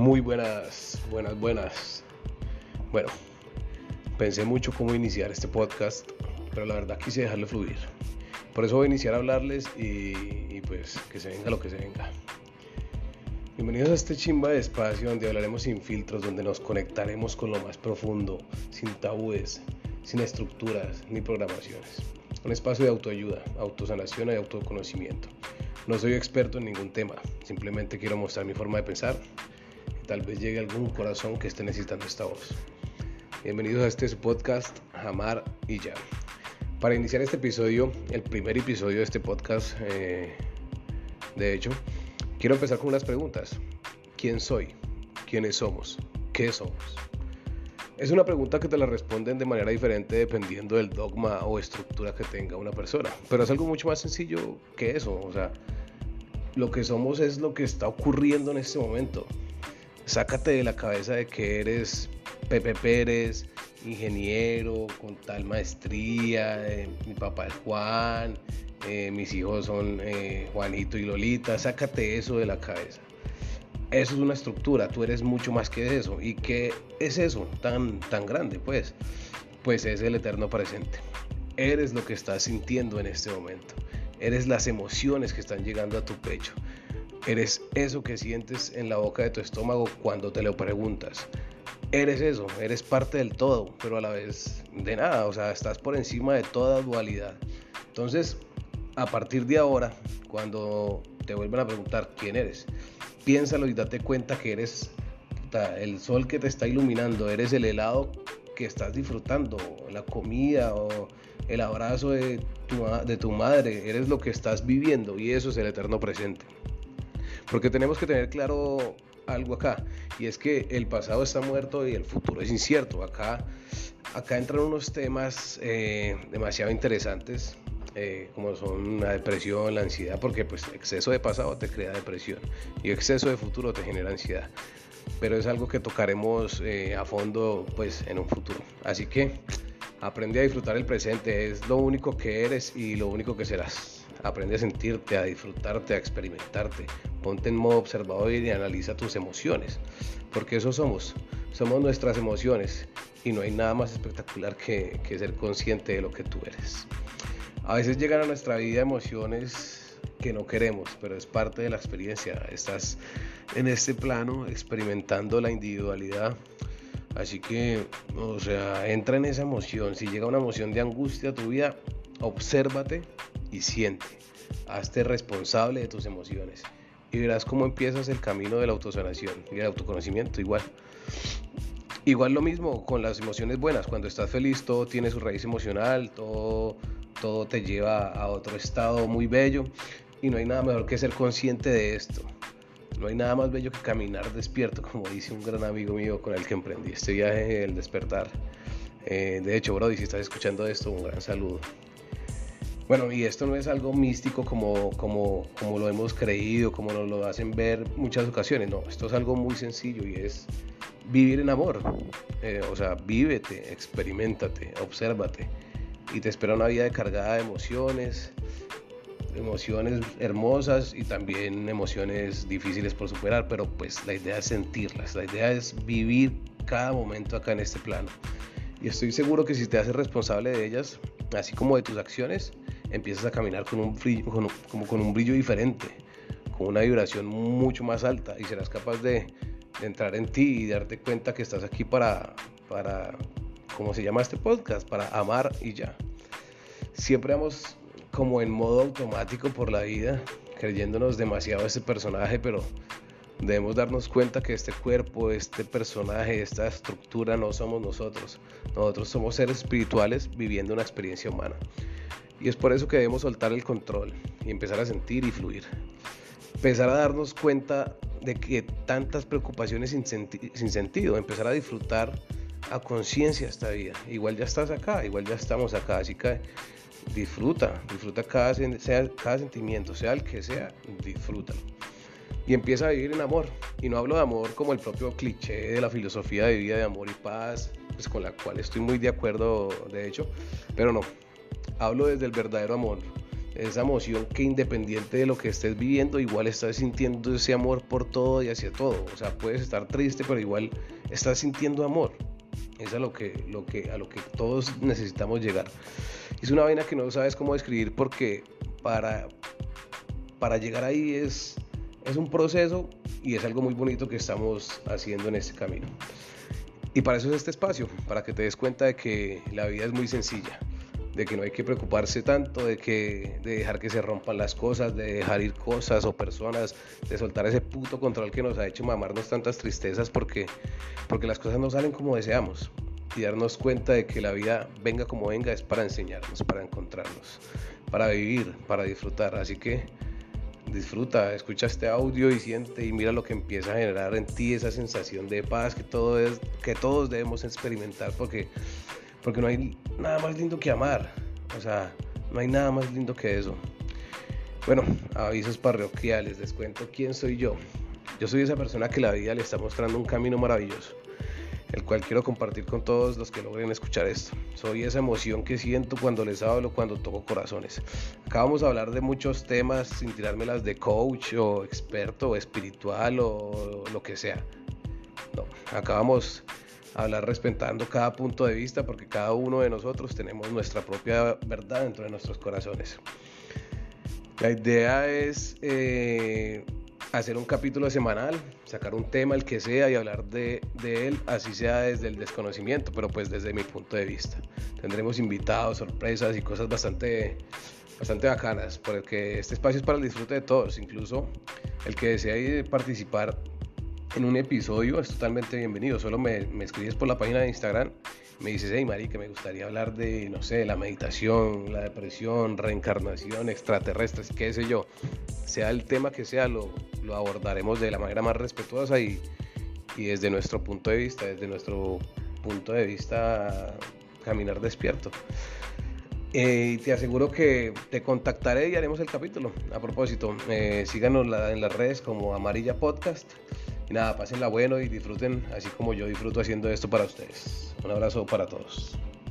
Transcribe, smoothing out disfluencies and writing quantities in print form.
Muy buenas. Bueno, pensé mucho cómo iniciar este podcast, pero la verdad quise dejarlo fluir. Por eso voy a iniciar a hablarles y pues que se venga lo que se venga. Bienvenidos a este chimba de espacio donde hablaremos sin filtros, donde nos conectaremos con lo más profundo, sin tabúes, sin estructuras ni programaciones. Un espacio de autoayuda, autosanación y autoconocimiento. No soy experto en ningún tema, simplemente quiero mostrar mi forma de pensar. Tal vez llegue a algún corazón que esté necesitando esta voz. Bienvenidos a este su podcast, Amar y Ya. Para iniciar este episodio, el primer episodio de este podcast, de hecho, quiero empezar con unas preguntas. ¿Quién soy? ¿Quiénes somos? ¿Qué somos? Es una pregunta que te la responden de manera diferente dependiendo del dogma o estructura que tenga una persona. Pero es algo mucho más sencillo que eso. O sea, lo que somos es lo que está ocurriendo en este momento. Sácate de la cabeza de que eres Pepe Pérez, ingeniero, con tal maestría, mi papá es Juan, mis hijos son Juanito y Lolita. Sácate eso de la cabeza. Eso es una estructura, tú eres mucho más que eso. ¿Y qué es eso tan grande? Pues es el eterno presente. Eres lo que estás sintiendo en este momento. Eres las emociones que están llegando a tu pecho. Eres eso que sientes en la boca de tu estómago cuando te lo preguntas. Eres eso, eres parte del todo, pero a la vez de nada. O sea, estás por encima de toda dualidad. Entonces, a partir de ahora, cuando te vuelvan a preguntar quién eres, piénsalo y date cuenta que eres el sol que te está iluminando, eres el helado que estás disfrutando, la comida o el abrazo de tu madre, eres lo que estás viviendo y eso es el eterno presente. Porque tenemos que tener claro algo acá, y es que el pasado está muerto y el futuro es incierto. Acá entran unos temas demasiado interesantes, como son la depresión, la ansiedad, porque pues exceso de pasado te crea depresión y exceso de futuro te genera ansiedad. Pero es algo que tocaremos a fondo pues en un futuro. Así que aprende a disfrutar el presente, es lo único que eres y lo único que serás. Aprende a sentirte, a disfrutarte, a experimentarte. Ponte en modo observador y analiza tus emociones, porque eso somos nuestras emociones, y no hay nada más espectacular que ser consciente de lo que tú eres. A veces llegan a nuestra vida emociones que no queremos, pero es parte de la experiencia. Estás en este plano experimentando la individualidad. Así que, o sea, entra en esa emoción. Si llega una emoción de angustia a tu vida, obsérvate y siente. Hazte responsable de tus emociones y verás cómo empiezas el camino de la autosanación y el autoconocimiento. Igual lo mismo con las emociones buenas. Cuando estás feliz, todo tiene su raíz emocional, todo te lleva a otro estado muy bello, y no hay nada mejor que ser consciente de esto. No hay nada más bello que caminar despierto, como dice un gran amigo mío con el que emprendí este viaje del despertar. De hecho, Brody, si estás escuchando esto, un gran saludo. Bueno, y esto no es algo místico como lo hemos creído, como nos lo hacen ver muchas ocasiones. No, esto es algo muy sencillo y es vivir en amor. O sea, vívete, experiméntate, obsérvate, y te espera una vida cargada de emociones hermosas y también emociones difíciles por superar, pero pues la idea es sentirlas, la idea es vivir cada momento acá en este plano. Y estoy seguro que si te haces responsable de ellas, así como de tus acciones, empiezas a caminar con un brillo diferente, con una vibración mucho más alta, y serás capaz de entrar en ti y darte cuenta que estás aquí para ¿cómo se llama este podcast? Para amar y ya. Siempre vamos como en modo automático por la vida, creyéndonos demasiado ese personaje, pero debemos darnos cuenta que este cuerpo, este personaje, esta estructura no somos nosotros. Nosotros somos seres espirituales viviendo una experiencia humana. Y es por eso que debemos soltar el control y empezar a sentir y fluir. Empezar a darnos cuenta de que tantas preocupaciones sin sentido. Empezar a disfrutar a conciencia esta vida. Igual ya estás acá, igual ya estamos acá. Así que disfruta cada sentimiento, sea el que sea, disfrútalo. Y empieza a vivir en amor. Y no hablo de amor como el propio cliché de la filosofía de vida de amor y paz, pues con la cual estoy muy de acuerdo, de hecho, pero no. Hablo desde el verdadero amor, esa emoción que independiente de lo que estés viviendo, igual estás sintiendo ese amor por todo y hacia todo. O sea, puedes estar triste, pero igual estás sintiendo amor. Es a lo que todos necesitamos llegar. Es una vaina que no sabes cómo describir, porque para llegar ahí es un proceso, y es algo muy bonito que estamos haciendo en este camino. Y para eso es este espacio, para que te des cuenta de que la vida es muy sencilla, de que no hay que preocuparse tanto, de dejar que se rompan las cosas, de dejar ir cosas o personas, de soltar ese puto control que nos ha hecho mamarnos tantas tristezas porque las cosas no salen como deseamos, y darnos cuenta de que la vida, venga como venga, es para enseñarnos, para encontrarnos, para vivir, para disfrutar. Así que disfruta, escucha este audio y siente y mira lo que empieza a generar en ti, esa sensación de paz que todos debemos experimentar, porque no hay nada más lindo que amar. O sea, no hay nada más lindo que eso. Bueno, avisos parroquiales, les cuento quién soy yo. Yo soy esa persona que la vida le está mostrando un camino maravilloso, el cual quiero compartir con todos los que logren escuchar esto. Soy esa emoción que siento cuando les hablo, cuando toco corazones. Acá vamos a hablar de muchos temas sin tirármelas de coach o experto o espiritual o lo que sea. No, acá vamos a hablar respetando cada punto de vista, porque cada uno de nosotros tenemos nuestra propia verdad dentro de nuestros corazones. La idea es hacer un capítulo semanal, sacar un tema, el que sea, y hablar de él, así sea desde el desconocimiento, pero pues desde mi punto de vista. Tendremos invitados, sorpresas y cosas bastante bacanas, porque este espacio es para el disfrute de todos. Incluso el que desee participar en un episodio es totalmente bienvenido. Solo me escribes por la página de Instagram, me dices: hey marica, me gustaría hablar de, no sé, la meditación, la depresión, reencarnación, extraterrestres, qué sé yo. Sea el tema que sea, lo abordaremos de la manera más respetuosa y desde nuestro punto de vista caminar despierto. Te aseguro que te contactaré y haremos el capítulo. A propósito, síganos en las redes como Amarilla Podcast. Y nada, pásenla bueno y disfruten así como yo disfruto haciendo esto para ustedes. Un abrazo para todos.